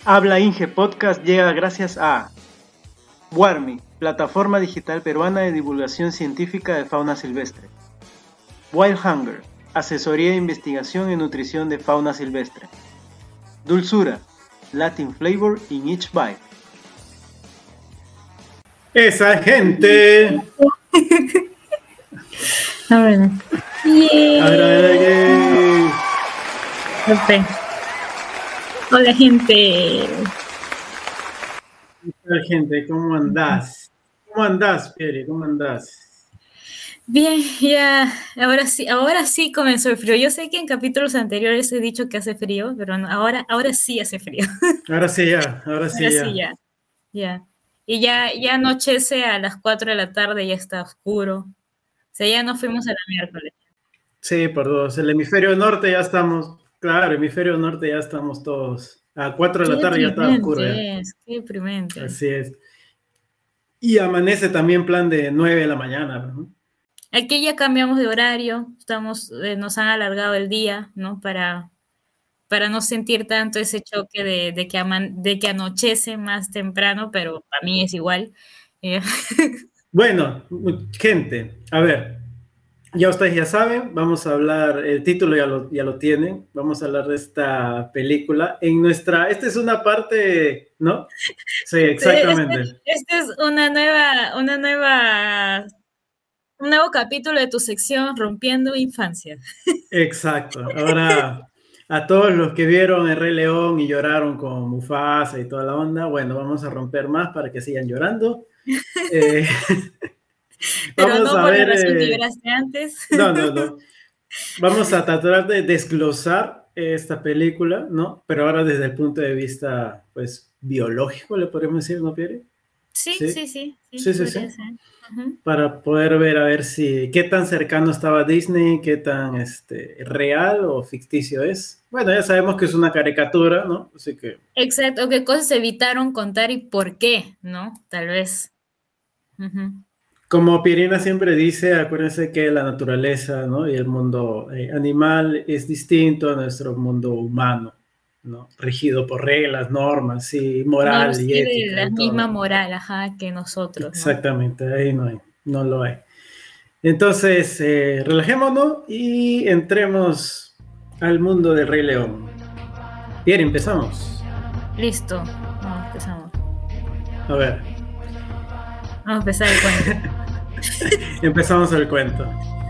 Habla Inge Podcast llega gracias a WARMI, plataforma digital peruana de divulgación científica de fauna silvestre. Wild Hunger, asesoría de investigación y nutrición de fauna silvestre. Dulzura, Latin flavor in each bite. Esa gente. A ver. A ver. Perfecto. Hola, gente. Hola, gente, ¿cómo andás? ¿Cómo andás, Pere? ¿Cómo andás? Bien, ya, ahora sí comenzó el frío. Yo sé que en capítulos anteriores he dicho que hace frío, pero no, ahora sí hace frío. Ahora sí ya. Ya. Y ya anochece a las 4 de la tarde, ya está oscuro. O sea, ya nos fuimos a la miércoles. Sí, por dos. El hemisferio norte ya estamos. Claro, hemisferio norte ya estamos todos. A 4 de la tarde ya está oscuro. Qué deprimente. Así es. Y amanece también plan de 9 de la mañana, ¿no? Aquí ya cambiamos de horario, nos han alargado el día, ¿no? Para no sentir tanto ese choque de que anochece más temprano, pero para mí es igual. Bueno, gente, a ver, ya ustedes ya saben, vamos a hablar, el título ya lo tienen, vamos a hablar de esta película. Esta es una parte, ¿no? Sí, exactamente. Este es un nuevo capítulo de tu sección Rompiendo Infancia. Exacto. Ahora, a todos los que vieron El Rey León y lloraron con Mufasa y toda la onda, bueno, vamos a romper más para que sigan llorando. Pero vamos no a por ver, la razón que lloraste antes. No. Vamos a tratar de desglosar esta película, ¿no? Pero ahora desde el punto de vista, pues, biológico, le podríamos decir, ¿no, Pierre? Sí. Sí. Uh-huh. Para poder ver a ver si qué tan cercano estaba Disney, qué tan real o ficticio es. Bueno, ya sabemos que es una caricatura, ¿no? Así que... Exacto, qué cosas evitaron contar y por qué, ¿no? Tal vez. Uh-huh. Como Pirina siempre dice, acuérdense que la naturaleza, ¿no? Y el mundo animal es distinto a nuestro mundo humano, ¿no? Regido por reglas, normas, sí, moral no y ética. La misma moral, que nosotros, ¿no? Exactamente, ahí no lo hay. Entonces, relajémonos y entremos al mundo del Rey León. Bien, empezamos. Listo, empezamos. A ver. Vamos a empezar el cuento. Empezamos el cuento.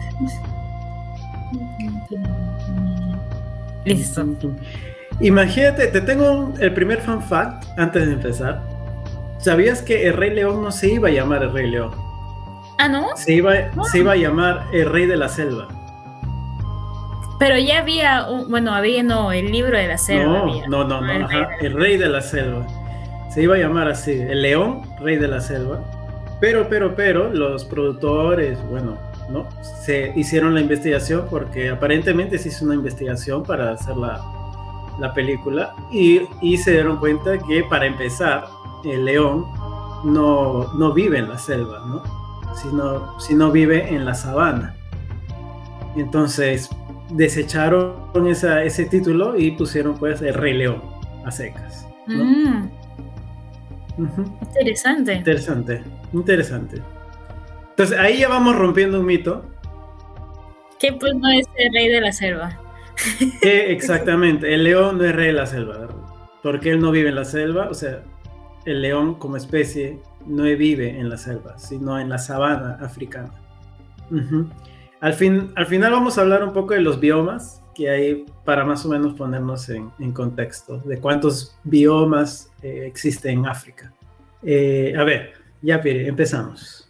Listo. Imagínate, te tengo el primer fun fact antes de empezar. ¿Sabías que el Rey León no se iba a llamar el Rey León? ¿Ah, no? Se iba a llamar el Rey de la Selva. Pero ya había, el libro de la selva. El Rey de la Selva. Se iba a llamar así, el León, Rey de la Selva. Pero, los productores, ¿no? Se hicieron la investigación porque aparentemente se hizo una investigación para hacer la película y se dieron cuenta que para empezar, el león no vive en la selva, ¿no? Sino vive en la sabana. Entonces desecharon ese título y pusieron pues el Rey León a secas, ¿no? Uh-huh. Interesante. Entonces ahí ya vamos rompiendo un mito. Que pues no es el rey de la selva. Exactamente, el león no es rey de la selva, ¿verdad? Porque él no vive en la selva, o sea, el león como especie no vive en la selva, sino en la sabana africana. Uh-huh. Al final vamos a hablar un poco de los biomas que hay para más o menos ponernos en contexto de cuántos biomas existen en África. A ver, ya Piri, empezamos.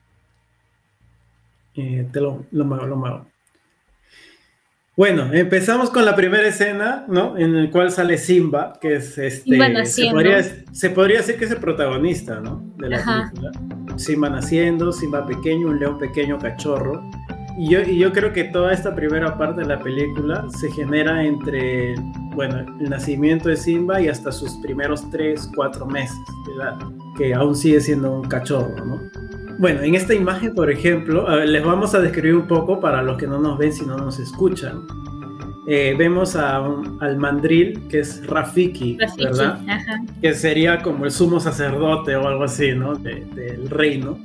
Te lo muevo. Bueno, empezamos con la primera escena, ¿no? En el cual sale Simba, que es se podría decir que es el protagonista, ¿no? De la película. Simba naciendo, Simba pequeño, un león pequeño cachorro. Y yo creo que toda esta primera parte de la película se genera entre, el nacimiento de Simba y hasta sus primeros 3-4 meses de edad, que aún sigue siendo un cachorro, ¿no? Bueno, en esta imagen, por ejemplo, les vamos a describir un poco para los que no nos ven si no nos escuchan. vemos al mandril, que es Rafiki, ¿verdad? Ajá. Que sería como el sumo sacerdote o algo así, ¿no? Del reino.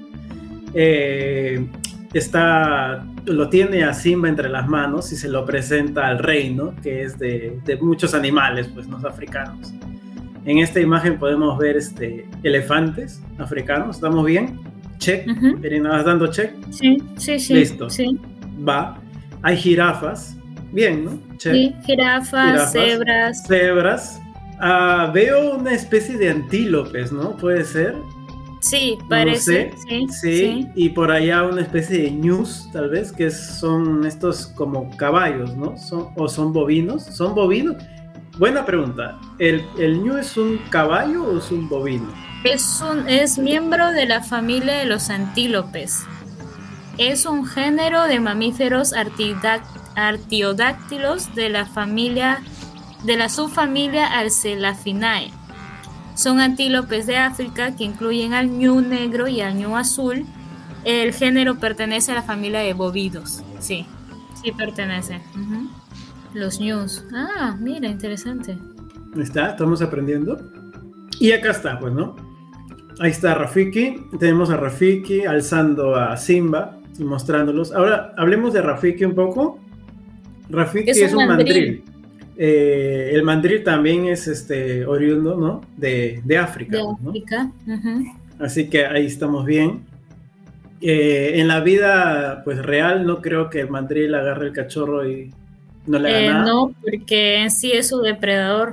Lo tiene a Simba entre las manos y se lo presenta al reino, que es de muchos animales, pues, ¿no? Africanos. En esta imagen podemos ver elefantes africanos. ¿Estamos bien? Check. Irina, ¿vas dando check? Sí. Listo. Sí. Va. Hay jirafas. Bien, ¿no? Check. Sí, jirafas, cebras. Veo una especie de antílopes, ¿no? ¿Puede ser? Sí, parece. No sé. Sí. Y por allá una especie de ñus, tal vez, que son estos como caballos, ¿no? ¿Son bovinos? ¿Son bovinos? Buena pregunta. ¿El ñu es un caballo o es un bovino? Es miembro de la familia de los antílopes. Es un género de mamíferos artiodáctilos de la subfamilia Arcelafinae. Son antílopes de África que incluyen al ñu negro y al ñu azul. El género pertenece a la familia de bovidos. Sí pertenece. Los ñus. Mira, interesante. Estamos aprendiendo. Y acá está, pues, ¿no? Ahí está Rafiki. Tenemos a Rafiki alzando a Simba y mostrándolos. Ahora, hablemos de Rafiki un poco. Rafiki es un mandril. El mandril también es oriundo, ¿no? De África. De África. ¿No? Así que ahí estamos bien. En la vida, pues, real, no creo que el mandril agarre el cachorro y no le haga nada. No, porque en sí es su depredador.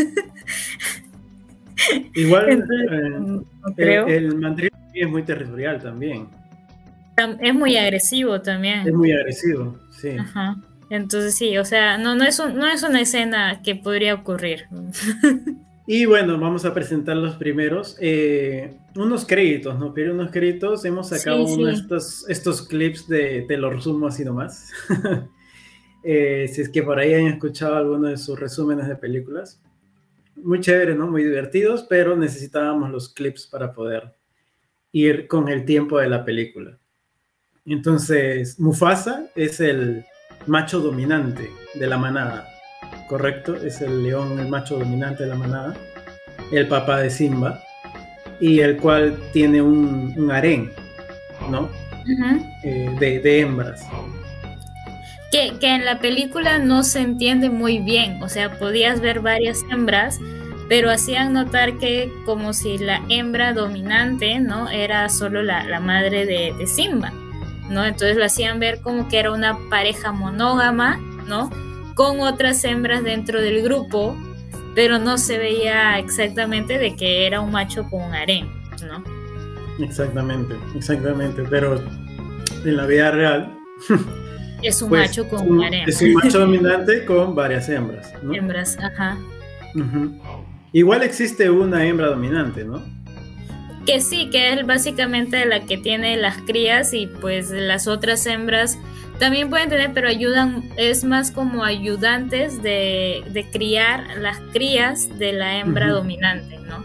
Igual, entonces, no creo. El mandril es muy territorial también. Es muy agresivo también. Es muy agresivo, sí. Ajá. Entonces sí, o sea, no es una escena que podría ocurrir. Y bueno, vamos a presentar los primeros. Unos créditos, ¿no? Pero unos créditos, hemos sacado estos clips te lo resumo así nomás. Si es que por ahí han escuchado alguno de sus resúmenes de películas. Muy chévere, ¿no? Muy divertidos, pero necesitábamos los clips para poder ir con el tiempo de la película. Entonces, Mufasa es el macho dominante de la manada, ¿correcto? Es el león, el macho dominante de la manada, el papá de Simba, y el cual tiene un harén, ¿no? De hembras. Que en la película no se entiende muy bien, o sea, podías ver varias hembras, pero hacían notar que como si la hembra dominante, ¿no? Era solo la madre de Simba, ¿no? Entonces lo hacían ver como que era una pareja monógama, ¿no? Con otras hembras dentro del grupo, pero no se veía exactamente de que era un macho con un harén, ¿no? Exactamente, pero en la vida real... Es un macho con un harén. Es un macho dominante con varias hembras, ¿no? Hembras, ajá. Igual existe una hembra dominante, ¿no? Que sí, que es básicamente la que tiene las crías y pues las otras hembras también pueden tener, pero ayudan, es más como ayudantes de criar las crías de la hembra dominante, ¿no?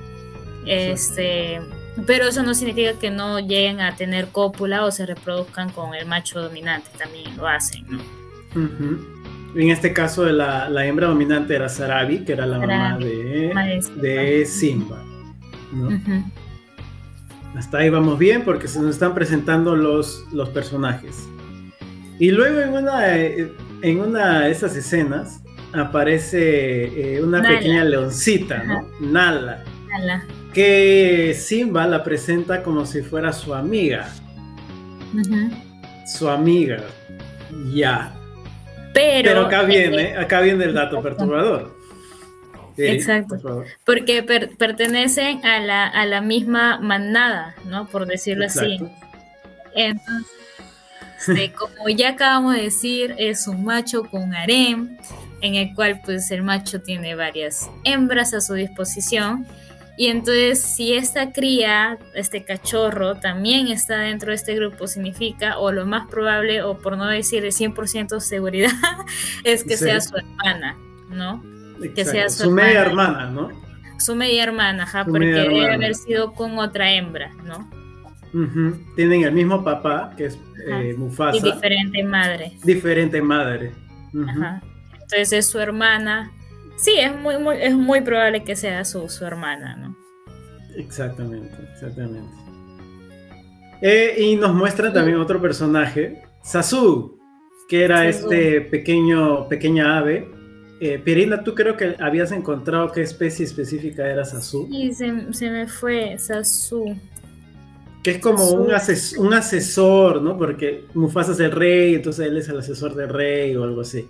Pero eso no significa que no lleguen a tener cópula o se reproduzcan con el macho dominante, también lo hacen, ¿no? En este caso la hembra dominante era Sarabi, que era la mamá de Simba, ¿no? Hasta ahí vamos bien porque se nos están presentando los personajes. Y luego en una de esas escenas aparece una Nala. Pequeña leoncita, ¿no? Nala. Que Simba la presenta como si fuera su amiga. Su amiga. Ya. Pero acá viene el dato perturbador. Sí, exacto. Porque pertenecen a la misma manada, ¿no? Por decirlo así. Entonces, como ya acabamos de decir, es un macho con harén, en el cual pues el macho tiene varias hembras a su disposición. Y entonces, si esta cría, este cachorro, también está dentro de este grupo, significa, o lo más probable, o por no decir de 100% seguridad, es que sea su hermana, ¿no? Exacto. Que sea su media hermana, ¿no? Su media hermana, porque debe haber sido con otra hembra, ¿no? Tienen el mismo papá, que es Mufasa. Y diferente madre. Diferente madre. Ajá. Entonces es su hermana. Sí, es muy probable que sea su hermana, ¿no? Exactamente. Y nos muestran también otro personaje, Sasu, que era Sasu. este pequeña ave. Pirina, ¿tú creo que habías encontrado qué especie específica era Sasu? Sí, se me fue Sasu. Que es como un asesor, ¿no? Porque Mufasa es el rey, entonces él es el asesor del rey o algo así.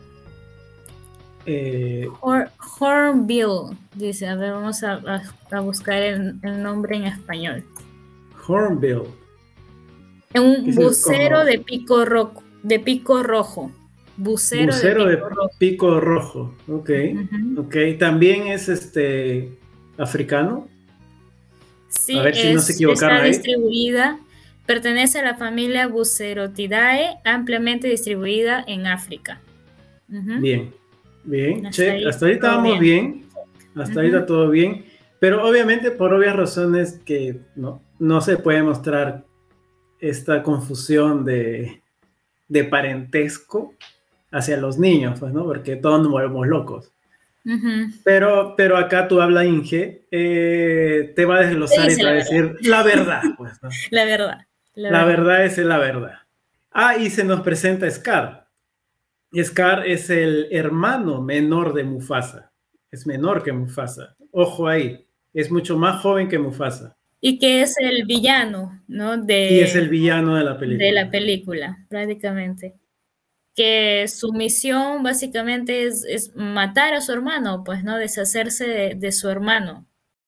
Hornbill, dice. A ver, vamos a buscar el nombre en español. Hornbill. Un bucero como... de pico rojo. Bucero de pico rojo. Ok. También es africano. Sí, a ver si no se equivocaron ahí. Distribuida, pertenece a la familia Bucerotidae, ampliamente distribuida en África. Bien. Hasta ahorita vamos bien. Hasta ahorita todo bien. Pero obviamente por obvias razones que no se puede mostrar esta confusión de parentesco hacia los niños, pues, ¿no? Porque todos nos volvemos locos. Pero acá tú habla Inge, te va a desglosar y te va a decir la verdad, pues, ¿no? La verdad. La verdad es la verdad. Y se nos presenta Scar. Scar es el hermano menor de Mufasa. Es menor que Mufasa. Ojo ahí. Es mucho más joven que Mufasa. Y que es el villano, ¿no? Y es el villano de la película. De la película, prácticamente. Que su misión básicamente es matar a su hermano, pues, ¿no? Deshacerse de su hermano.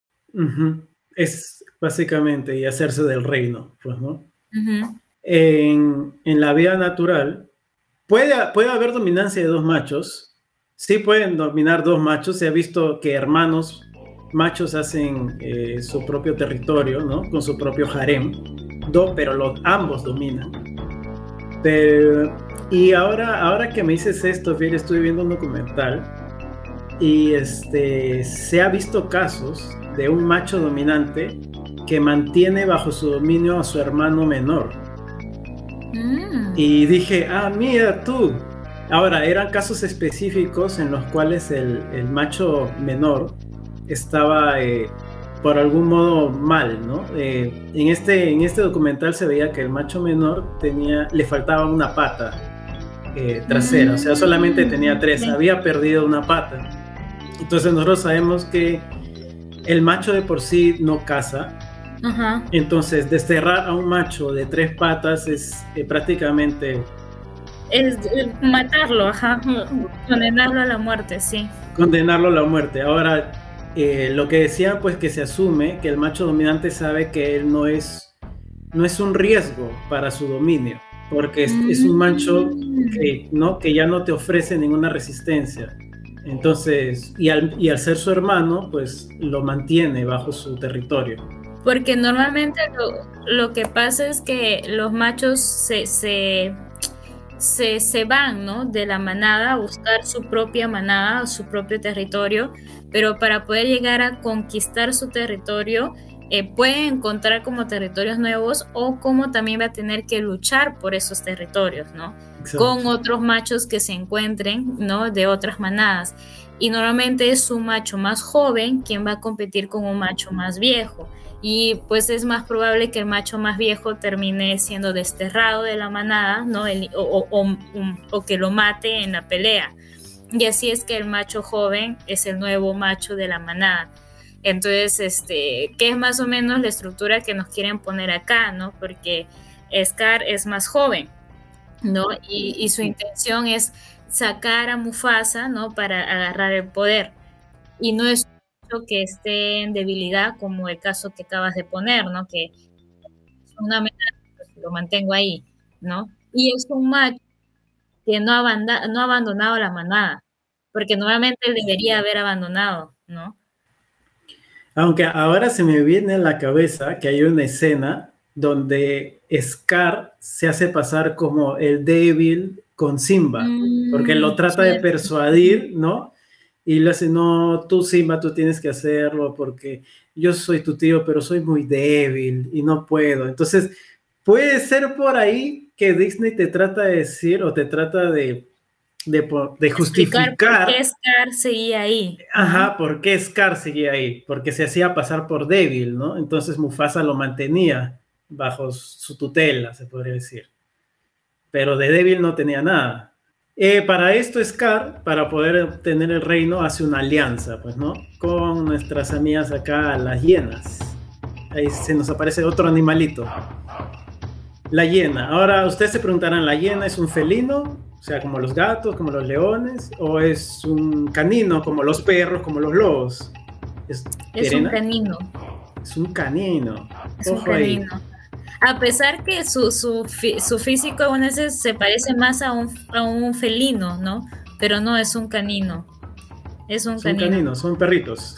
Es básicamente y hacerse del reino, pues, ¿no? En la vida natural puede haber dominancia de dos machos. Sí pueden dominar dos machos. Se ha visto que hermanos machos hacen su propio territorio, ¿no? Con su propio harem. Pero ambos dominan. Y ahora que me dices esto, Fiel, estoy viendo un documental y se ha visto casos de un macho dominante que mantiene bajo su dominio a su hermano menor. Y dije, mira tú. Ahora, eran casos específicos en los cuales el macho menor estaba por algún modo mal, ¿no? En este documental se veía que el macho menor le faltaba una pata trasera, o sea, solamente tenía 3, había perdido una pata. Entonces nosotros sabemos que el macho de por sí no caza. Entonces desterrar a un macho de 3 patas es prácticamente... Es matarlo, condenarlo a la muerte, sí. Condenarlo a la muerte. Ahora, lo que decía, pues que se asume que el macho dominante sabe que él no es un riesgo para su dominio, porque es un macho que ya no te ofrece ninguna resistencia. Entonces, y al ser su hermano, pues lo mantiene bajo su territorio. Porque normalmente lo que pasa es que los machos se van, ¿no? De la manada a buscar su propia manada, su propio territorio, pero para poder llegar a conquistar su territorio, puede encontrar como territorios nuevos o como también va a tener que luchar por esos territorios, ¿no? Exacto. Con otros machos que se encuentren, ¿no? De otras manadas. Y normalmente es un macho más joven quien va a competir con un macho más viejo. Y pues es más probable que el macho más viejo termine siendo desterrado de la manada, ¿no? O que lo mate en la pelea. Y así es que el macho joven es el nuevo macho de la manada. Entonces, que es más o menos la estructura que nos quieren poner acá, ¿no? Porque Scar es más joven, ¿no? Y su intención es sacar a Mufasa, ¿no? Para agarrar el poder. Y no es que esté en debilidad como el caso que acabas de poner, ¿no? Que es una amenaza, pues lo mantengo ahí, ¿no? Y es un macho que no ha abandonado la manada, porque nuevamente él debería haber abandonado, ¿no? Aunque ahora se me viene a la cabeza que hay una escena donde Scar se hace pasar como el débil con Simba, porque lo trata de persuadir, ¿no? Y le hace, no, tú Simba, tú tienes que hacerlo porque yo soy tu tío, pero soy muy débil y no puedo. Entonces, puede ser por ahí que Disney te trata de decir o te trata de de justificar por qué Scar seguía ahí. Ajá, ¿por qué Scar seguía ahí? Porque se hacía pasar por débil, ¿no? Entonces Mufasa lo mantenía bajo su tutela, se podría decir. Pero de débil no tenía nada. Para esto Scar, para poder obtener el reino, hace una alianza, pues, ¿no? Con nuestras amigas acá, las hienas. Ahí se nos aparece otro animalito. La hiena. Ahora, ustedes se preguntarán, ¿la hiena es un felino? O sea, como los gatos, como los leones, ¿o es un canino, como los perros, como los lobos? Es un canino. Es un canino. Es un canino. Ahí. A pesar que su físico a veces se parece más a un felino, ¿no? Pero no, es un canino. Son caninos, son perritos.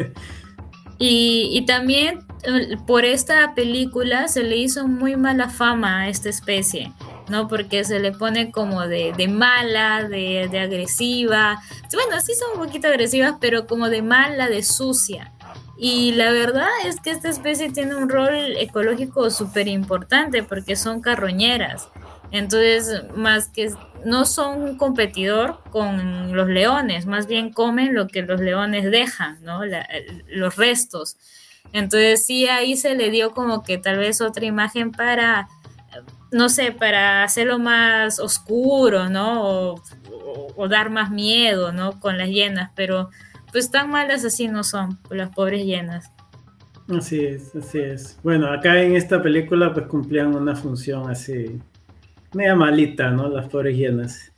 Y también por esta película se le hizo muy mala fama a esta especie, ¿no? Porque se le pone como de mala, de agresiva. Bueno, sí son un poquito agresivas, pero como de mala, de sucia. Y la verdad es que esta especie tiene un rol ecológico súper importante porque son carroñeras. Entonces, más que no son un competidor con los leones, más bien comen lo que los leones dejan, ¿no? Los restos. Entonces, sí, ahí se le dio como que tal vez otra imagen para, no sé, para hacerlo más oscuro, ¿no? O dar más miedo, ¿no? Con las hienas, pero pues tan malas así no son, las pobres hienas. Así es, así es. Bueno, acá en esta película pues cumplían una función así media malita, ¿no? Las pobres hienas.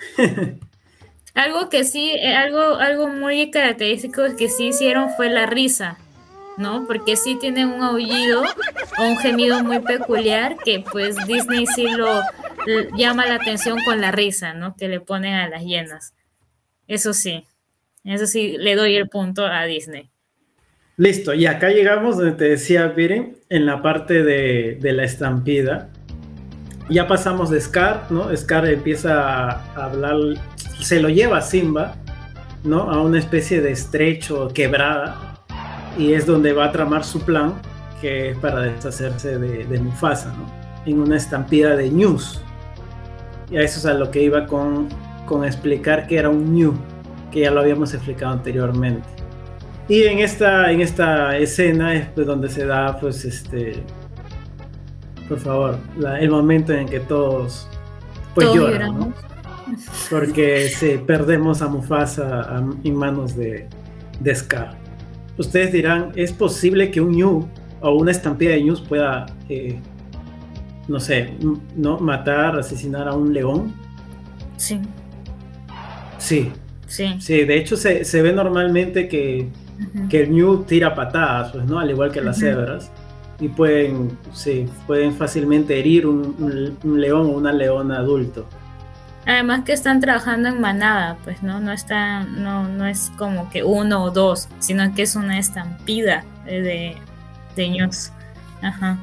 Algo que sí, algo muy característico que sí hicieron fue la risa, ¿no? Porque sí tienen un aullido o un gemido muy peculiar que pues Disney sí lo llama la atención con la risa, ¿no? Que le ponen a las hienas. Eso sí le doy el punto a Disney. Listo, y acá llegamos donde te decía, Piri, en la parte de la estampida. Ya pasamos de Scar, ¿no? Scar empieza a hablar, se lo lleva a Simba, ¿no? A una especie de estrecho, quebrada, y es donde va a tramar su plan, que es para deshacerse de Mufasa, ¿no? En una estampida de ñus. Y a eso es a lo que iba con explicar que era un ñu, que ya lo habíamos explicado anteriormente. Y en esta escena es pues donde se da pues por favor, el momento en que todos pues lloran, ¿no? Porque perdemos a Mufasa en manos de Scar. Ustedes dirán, ¿es posible que un ñu o una estampida de ñus pueda no sé, ¿no? Matar, asesinar a un león? Sí. Sí, de hecho se ve normalmente que el ñu tira patadas, pues, ¿no? Al igual que las cebras, y pueden fácilmente herir un león o una leona adulto. Además que están trabajando en manada, pues, ¿no? No es como que uno o dos, sino que es una estampida de ñus. Ajá.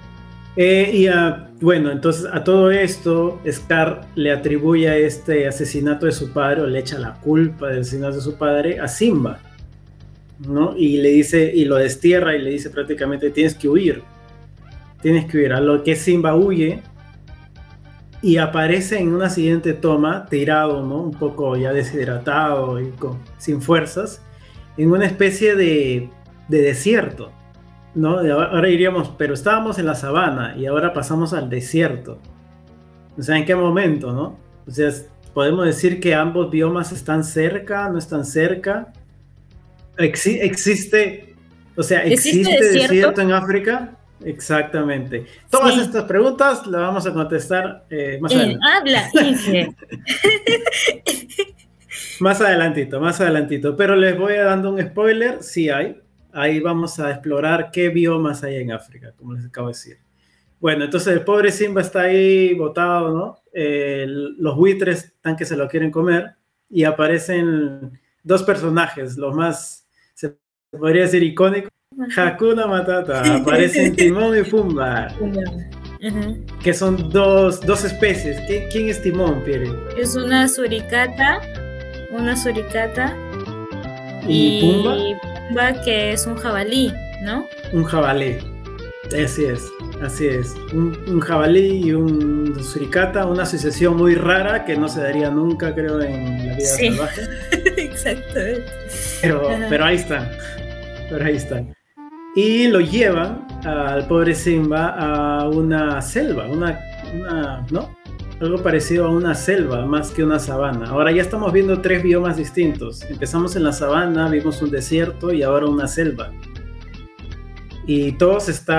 Bueno, entonces a todo esto Scar le atribuye este asesinato de su padre, o le echa la culpa del asesinato de su padre a Simba, ¿no? Y le dice, y lo destierra y le dice prácticamente tienes que huir, a lo que Simba huye y aparece en una siguiente toma tirado, ¿no? Un poco ya deshidratado y sin fuerzas, en una especie de desierto, ¿no? Ahora diríamos, pero estábamos en la sabana y ahora pasamos al desierto. O sea, ¿en qué momento, no? O sea, podemos decir que ambos biomas están cerca, no están cerca. ¿Existe desierto en África? Exactamente. Todas estas preguntas las vamos a contestar más adelante. Habla, Inge. Más adelantito. Pero les voy dando un spoiler, sí hay. Ahí vamos a explorar qué biomas hay en África, como les acabo de decir. Bueno, entonces el pobre Simba está ahí botado, ¿no? Los buitres están que se lo quieren comer y aparecen dos personajes, los más, se podría decir, icónicos. Hakuna Matata, aparecen Timón y Pumba, que son dos especies. ¿Quién es Timón, Pierre? Es una suricata ¿Y Pumba? Que es un jabalí, ¿no? Un jabalí, así es. así es. Un jabalí y un suricata, una asociación muy rara que no se daría nunca, creo, en la vida salvaje. Exactamente. Pero ahí están. Pero ahí están. Y lo llevan al pobre Simba a una selva, ¿no? Algo parecido a una selva más que una sabana. Ahora ya estamos viendo 3 biomas distintos. Empezamos en la sabana, vimos un desierto y ahora una selva. Y todo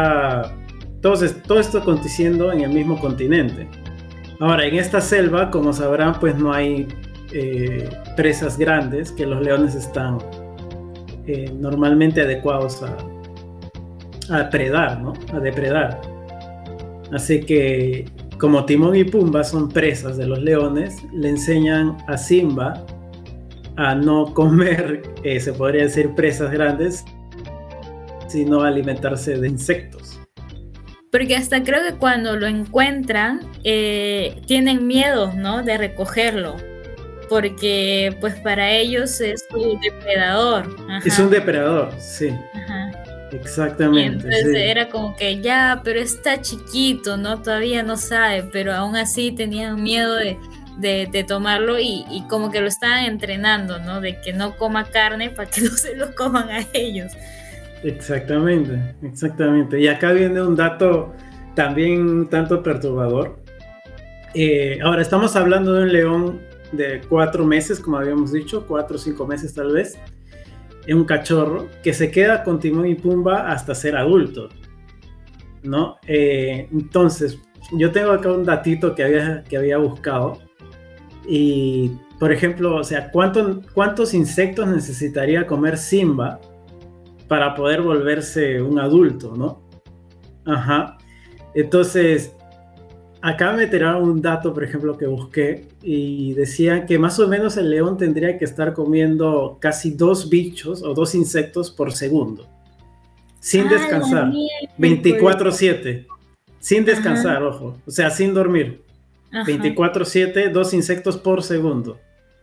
esto aconteciendo en el mismo continente. Ahora, en esta selva, como sabrán, pues no hay presas grandes, que los leones están normalmente adecuados a predar, ¿no? A depredar. Así que, como Timón y Pumba son presas de los leones, le enseñan a Simba a no comer, se podría decir, presas grandes, sino alimentarse de insectos. Porque hasta creo que cuando lo encuentran, tienen miedo, ¿no? De recogerlo. Porque, pues, para ellos es un depredador. Ajá. Es un depredador, sí. Ajá. Exactamente. Y entonces sí. era como que ya, pero está chiquito, ¿no? Todavía no sabe, pero aún así tenían miedo de tomarlo y como que lo estaban entrenando, ¿no? De que no coma carne para que no se lo coman a ellos. Exactamente. Y acá viene un dato también un tanto perturbador. Ahora estamos hablando de un león de 4 meses, como habíamos dicho, 4 o 5 meses tal vez. Es un cachorro que se queda con Timón y Pumba hasta ser adulto, ¿no? Entonces, yo tengo acá un datito que había buscado. Y, por ejemplo, o sea, ¿cuántos insectos necesitaría comer Simba para poder volverse un adulto, ¿no? Ajá. Entonces, acá me tiraron un dato, por ejemplo, que busqué y decía que más o menos el león tendría que estar comiendo casi 2 bichos o 2 insectos por segundo, sin descansar, 24/7, sin descansar, ajá. Ojo, o sea, sin dormir, ajá. 24/7, 2 insectos por segundo.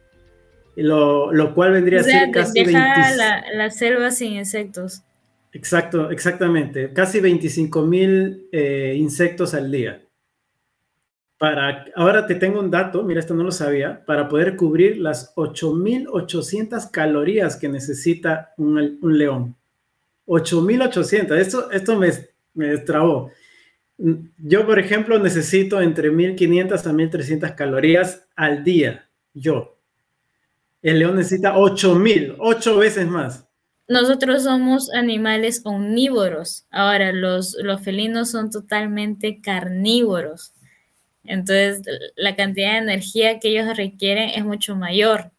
Lo cual vendría a ser casi la selva sin insectos. Exactamente, casi 25,000 insectos al día. Ahora te tengo un dato, mira, esto no lo sabía, para poder cubrir las 8,800 calorías que necesita un león. 8,800, esto me destrabó. Yo, por ejemplo, necesito entre 1,500 a 1,300 calorías al día, yo. El león necesita 8,000, 8 veces más. Nosotros somos animales omnívoros. Ahora, los felinos son totalmente carnívoros. Entonces, la cantidad de energía que ellos requieren es mucho mayor.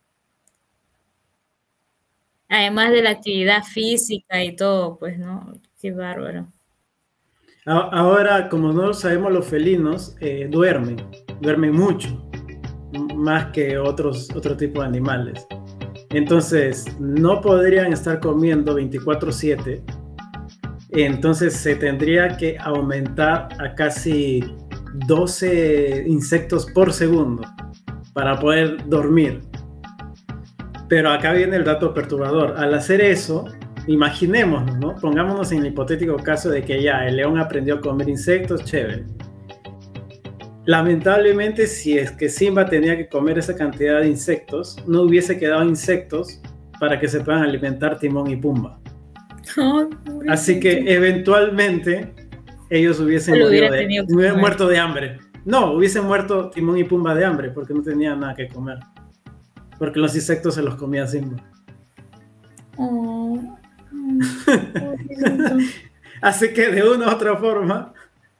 Además de la actividad física y todo, pues, ¿no? Qué bárbaro. Ahora, como no lo sabemos, los felinos duermen mucho, más que otro tipo de animales. Entonces, no podrían estar comiendo 24/7. Entonces, se tendría que aumentar a casi 12 insectos por segundo para poder dormir. Pero acá viene el dato perturbador. Al hacer eso, imaginémonos, ¿no? Pongámonos en el hipotético caso de que ya el león aprendió a comer insectos, chévere. Lamentablemente, si es que Simba tenía que comer esa cantidad de insectos, no hubiese quedado insectos para que se puedan alimentar Timón y Pumba. Oh, así que eventualmente ellos hubiesen muerto de hambre. No, hubiesen muerto Timón y Pumba de hambre porque no tenían nada que comer. Porque los insectos se los comía Simba. Oh. Así que de una u otra forma...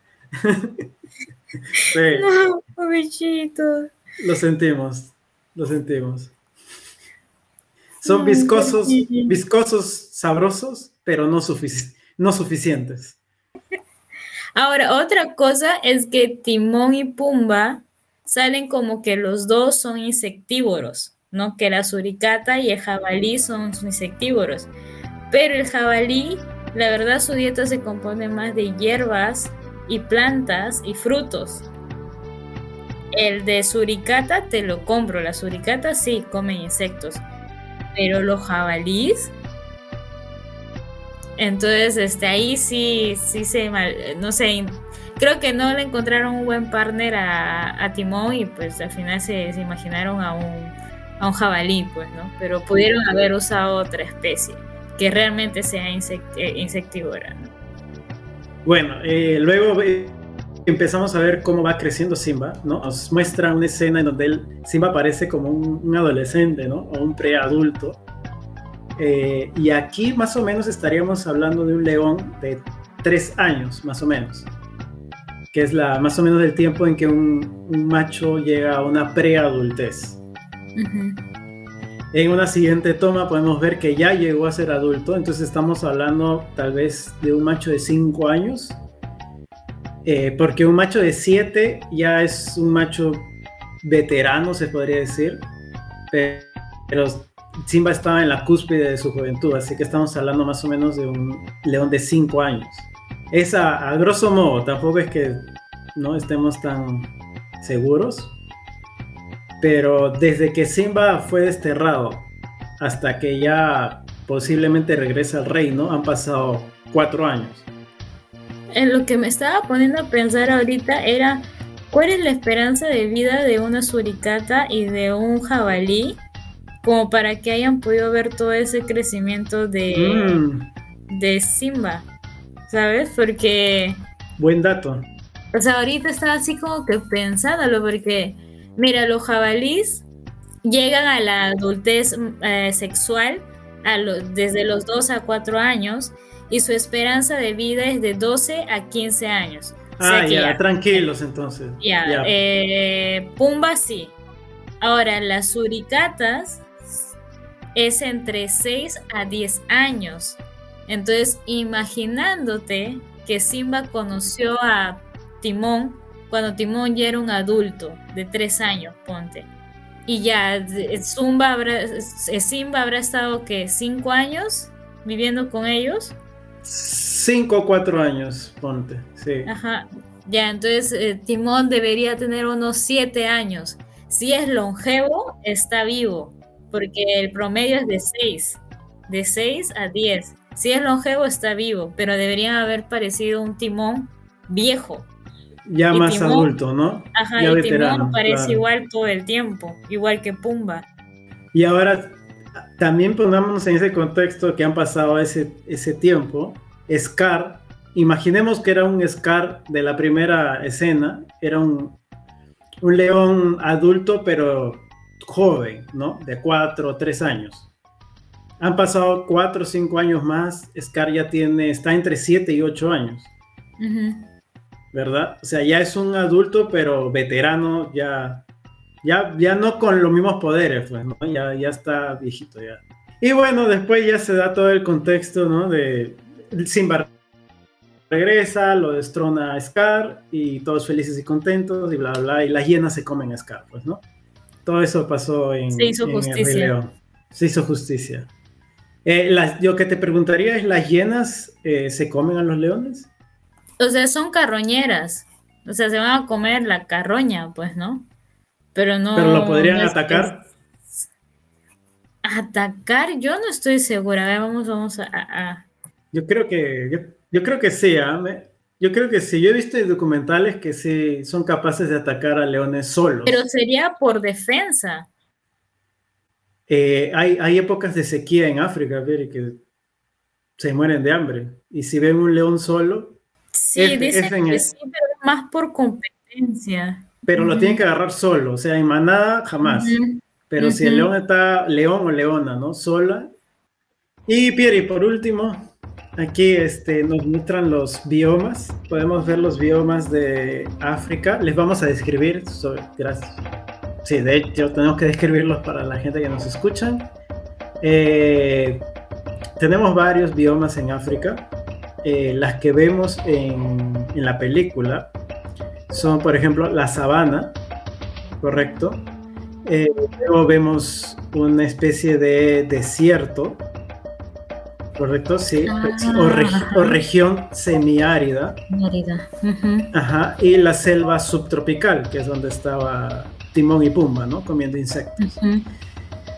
sí. No, pobrecito. Lo sentimos. Son viscosos, sabrosos, pero no suficientes. Ahora, otra cosa es que Timón y Pumba salen como que los dos son insectívoros, ¿no? Que la suricata y el jabalí son insectívoros. Pero el jabalí, la verdad, su dieta se compone más de hierbas y plantas y frutos. El de suricata te lo compro. La suricata sí comen insectos, pero los jabalíes Entonces, ahí sí no sé, creo que no le encontraron un buen partner a Timón y pues al final se imaginaron a un jabalí, pues, ¿no? Pero pudieron haber usado otra especie que realmente sea insectívora, ¿no? Bueno, luego empezamos a ver cómo va creciendo Simba, ¿no? Nos muestra una escena en donde Simba parece como un adolescente, ¿no? O un preadulto. Y aquí más o menos estaríamos hablando de un león de 3 años, más o menos, que es más o menos el tiempo en que un macho llega a una preadultez. Uh-huh. En una siguiente toma podemos ver que ya llegó a ser adulto, entonces estamos hablando tal vez de un macho de 5 años, porque un macho de 7 ya es un macho veterano, se podría decir, pero Simba estaba en la cúspide de su juventud, así que estamos hablando más o menos de un león de 5 años. Es a grosso modo, tampoco es que no estemos tan seguros, pero desde que Simba fue desterrado hasta que ya posiblemente regresa al reino han pasado 4 años. En lo que me estaba poniendo a pensar ahorita era ¿cuál es la esperanza de vida de una suricata y de un jabalí como para que hayan podido ver todo ese crecimiento de Simba? ¿Sabes? Porque... Buen dato. O sea, ahorita estaba así como que pensándolo, porque, mira, los jabalíes llegan a la adultez sexual desde los 2 a 4 años y su esperanza de vida es de 12 a 15 años. O sea ya, tranquilos entonces. Ya. Pumba sí. Ahora, las suricatas es entre 6 a 10 años. Entonces, imaginándote que Simba conoció a Timón cuando Timón ya era un adulto de 3 años, ponte. Y ya Simba habrá estado, ¿qué? 5 años viviendo con ellos. 5 o 4 años, ponte, sí. Ajá, ya, entonces Timón debería tener unos 7 años. Si es longevo, está vivo, porque el promedio es de 6 a 10. Si es longevo, está vivo, pero deberían haber parecido un Timón viejo. Ya y más Timón, adulto, ¿no? Ajá, ya y veterano, Timón parece igual todo el tiempo, igual que Pumba. Y ahora, también pongámonos en ese contexto que han pasado ese tiempo. Scar, imaginemos que era un Scar de la primera escena, era un león adulto, pero joven, ¿no? De 4 o 3 años. Han pasado 4 o 5 años más, Scar ya está entre 7 y 8 años. Uh-huh. ¿Verdad? O sea, ya es un adulto, pero veterano, ya no con los mismos poderes, pues, ¿no? Ya está viejito ya. Y bueno, después ya se da todo el contexto, ¿no? De Simba regresa, lo destrona a Scar y todos felices y contentos y bla, bla, bla, y las hienas se comen a Scar, pues, ¿no? Todo eso pasó se hizo justicia. El Rey León. Se hizo justicia. Yo que te preguntaría es, ¿las hienas se comen a los leones? O sea, son carroñeras. O sea, se van a comer la carroña, pues, ¿no? Pero no... ¿Pero lo podrían atacar? ¿Atacar? Yo no estoy segura. A ver, vamos a... Yo creo que sí, ¿eh? Yo creo que sí. Yo he visto documentales que sí son capaces de atacar a leones solos. Pero sería por defensa. Hay épocas de sequía en África, que se mueren de hambre. Y si ven un león solo... Sí, dicen que sí, pero es más por competencia. Pero lo tienen que agarrar solo, o sea, en manada jamás. Pero si el león está, león o leona, ¿no? Sola. Y Pieri, por último, aquí nos muestran los biomas. Podemos ver los biomas de África. Les vamos a describir. Gracias. Sí, de hecho, tenemos que describirlos para la gente que nos escuchan. Tenemos varios biomas en África. Las que vemos en la película son, por ejemplo, la sabana, correcto. Luego vemos una especie de desierto, correcto, sí, o región semiárida. Uh-huh. Ajá, y la selva subtropical, que es donde estaba Timón y Pumba, ¿no? Comiendo insectos. Uh-huh.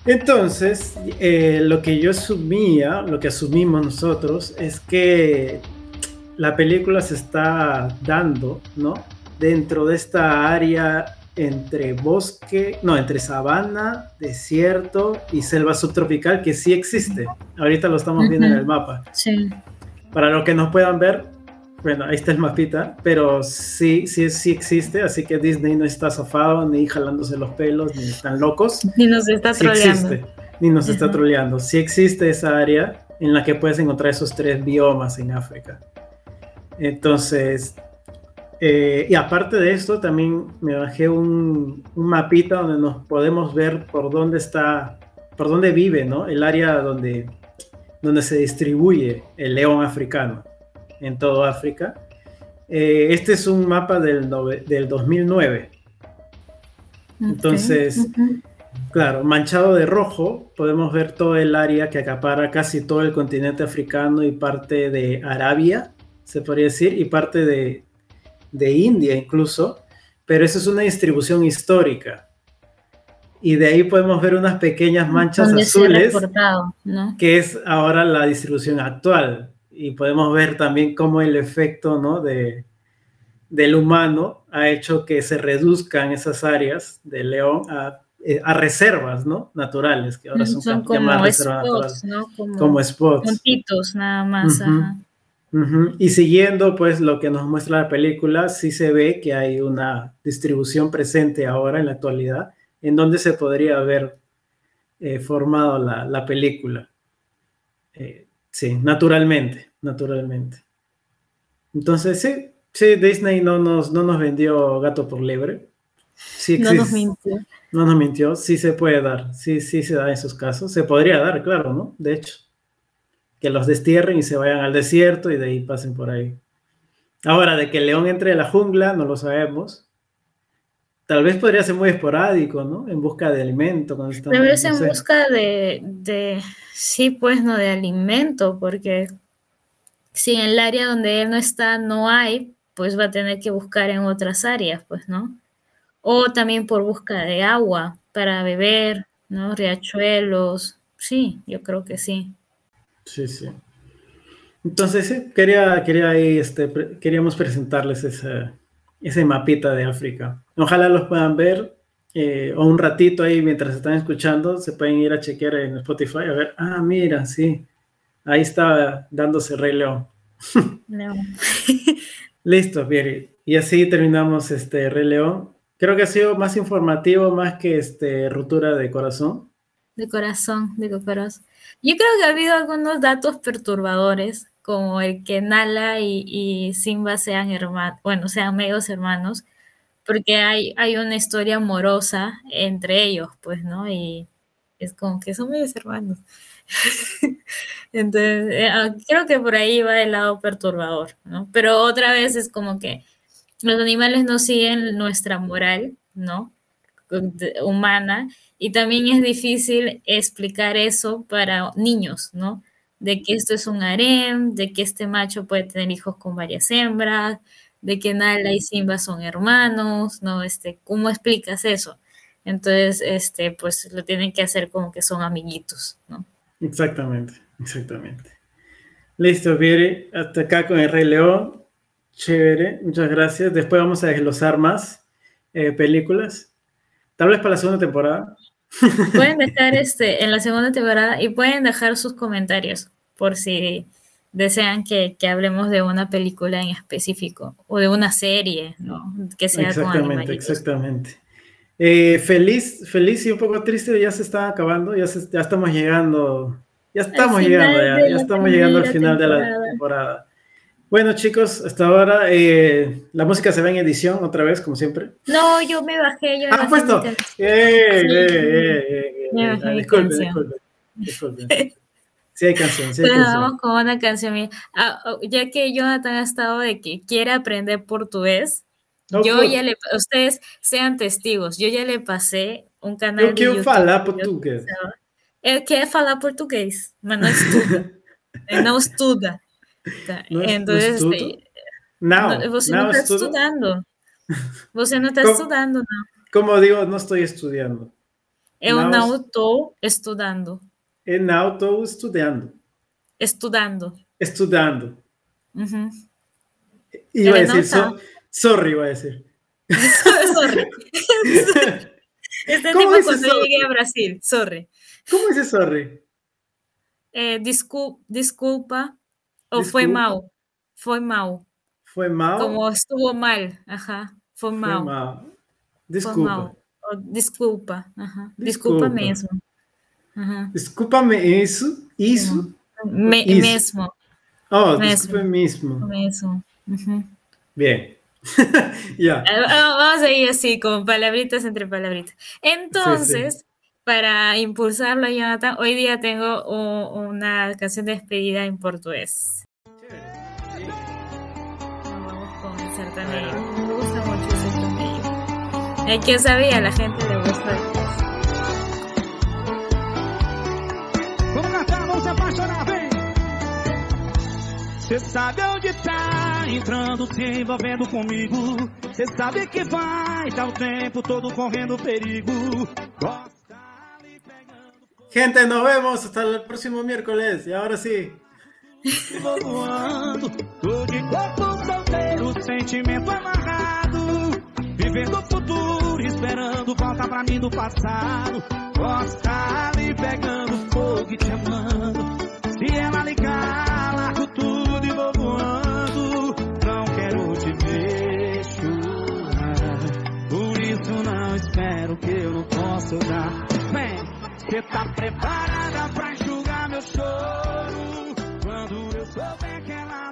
Entonces, lo que yo asumía, lo que asumimos nosotros, es que la película se está dando, ¿no? Dentro de esta área entre bosque, no, entre sabana, desierto y selva subtropical, que sí existe. Ahorita lo estamos viendo en el mapa. Sí. Para los que nos puedan ver, bueno, ahí está el mapita, pero sí existe, así que Disney no está zafado, ni jalándose los pelos, ni están locos. Ni nos está troleando. Existe, ni nos está troleando. Sí existe esa área en la que puedes encontrar esos 3 biomas en África. Entonces, y aparte de esto, también me bajé un mapita donde nos podemos ver por dónde vive, ¿no? El área donde se distribuye el león africano en todo África. Este es un mapa del 2009. Entonces, claro, manchado de rojo, podemos ver todo el área que acapara casi todo el continente africano y parte de Arabia, se podría decir, y parte de India incluso, pero eso es una distribución histórica. Y de ahí podemos ver unas pequeñas manchas azules, ¿no? Que es ahora la distribución actual. Y podemos ver también cómo el efecto, ¿no? del humano ha hecho que se reduzcan esas áreas de león a reservas, ¿no? Naturales, que ahora son como llamadas reservas naturales. ¿no? Como spots. Puntitos nada más. Ajá. Y siguiendo pues lo que nos muestra la película, sí se ve que hay una distribución presente ahora en la actualidad en donde se podría haber formado la película. Sí, naturalmente. Entonces sí, Disney no nos vendió gato por liebre. Sí no nos mintió. No nos mintió, sí se puede dar, sí se da en esos casos. Se podría dar, claro, ¿no? De hecho, que los destierren y se vayan al desierto y de ahí pasen por ahí. Ahora, de que el león entre a la jungla, no lo sabemos. Tal vez podría ser muy esporádico, ¿no? En busca de alimento. Tal vez en busca de sí, pues, no, de alimento, porque si en el área donde él no está no hay, pues va a tener que buscar en otras áreas, pues, ¿no? O también por busca de agua para beber, ¿no? Riachuelos. Sí, yo creo que sí. Sí. Entonces, sí, queríamos presentarles ese mapita de África. Ojalá los puedan ver, o un ratito ahí mientras están escuchando, se pueden ir a chequear en Spotify, a ver, mira, sí, ahí está dándose Rey León. No. Listo, Pieri. Y así terminamos Rey León. Creo que ha sido más informativo, más que ruptura de corazón. De corazón. Yo creo que ha habido algunos datos perturbadores, como el que Nala y Simba sean hermanos, bueno, sean medios hermanos, porque hay una historia amorosa entre ellos, pues, ¿no? Y es como que son medios hermanos. Entonces, creo que por ahí va el lado perturbador, ¿no? Pero otra vez es como que los animales no siguen nuestra moral, ¿no? Humana, y también es difícil explicar eso para niños, ¿no? De que esto es un harem, de que este macho puede tener hijos con varias hembras, de que Nala y Simba son hermanos, ¿no? ¿Cómo explicas eso? Entonces, pues lo tienen que hacer como que son amiguitos, ¿no? Exactamente. Listo, Vieri, hasta acá con el Rey León. Chévere, muchas gracias. Después vamos a desglosar más películas. Tal vez para la segunda temporada. Pueden dejar en la segunda temporada y pueden dejar sus comentarios por si desean que hablemos de una película en específico o de una serie, ¿no? Que sea con animalitos. Exactamente. Feliz y un poco triste, ya se está acabando, ya estamos llegando. Ya estamos llegando al final de la temporada. Bueno, chicos, hasta ahora la música se va en edición otra vez, como siempre. No, yo me bajé. Puesto. Disculpen. Sí hay canción. Vamos con una canción. Ya que Jonathan ha estado de que quiere aprender portugués, ustedes sean testigos, yo ya le pasé un canal de YouTube. Eu quero falar português. Eu quero falar português, mas não estuda. Não estuda. Tá. Entonces, você não está estudando. Você não está estudando, não. Como digo, no estoy estudiando. Eu não estou estudando. Eu não estou estudando. Estudando. E vai decir, sorry, vai decir. Sorry. Este tipo cuando llegué a Brasil, sorry. ¿Cómo dice sorry? Disculpa. O foi mal. Foi mal. Foi mal? Como estuvo mal. Ajá. Foi mal. Desculpa. Foi mal. Desculpa. Ajá. Desculpa mesmo. Ajá. Desculpa isso. Mesmo. Oh, desculpa mesmo. Bien. Yeah. Vamos a ir así, como palabritas entre palabritas. Entonces, sí. Para impulsarlo, Jonathan, hoy día tengo una canción de despedida en portugués. Vamos con el sertanejo. Me gusta mucho el sertanejo. El que sabía, a la gente le gusta. Vamos cantar, vamos se apaixonar, vem! Cê sabe onde tá, entrando, se envolvendo comigo. Cê sabe que vai, tá o tempo todo correndo perigo. Gente, nos vemos hasta el próximo miércoles. Y ahora sí. Voando, tô de corpo solteiro, sentimento amarrado. Vivendo o futuro, esperando volta pra mim do passado. Costa ali pegando fogo e te amando. Se ela ligar, largo tudo e vou voando. Não quero te ver chorar. Por isso não espero que eu não possa dar. Vem! Cê tá preparada pra enxugar meu choro? Quando eu souber que ela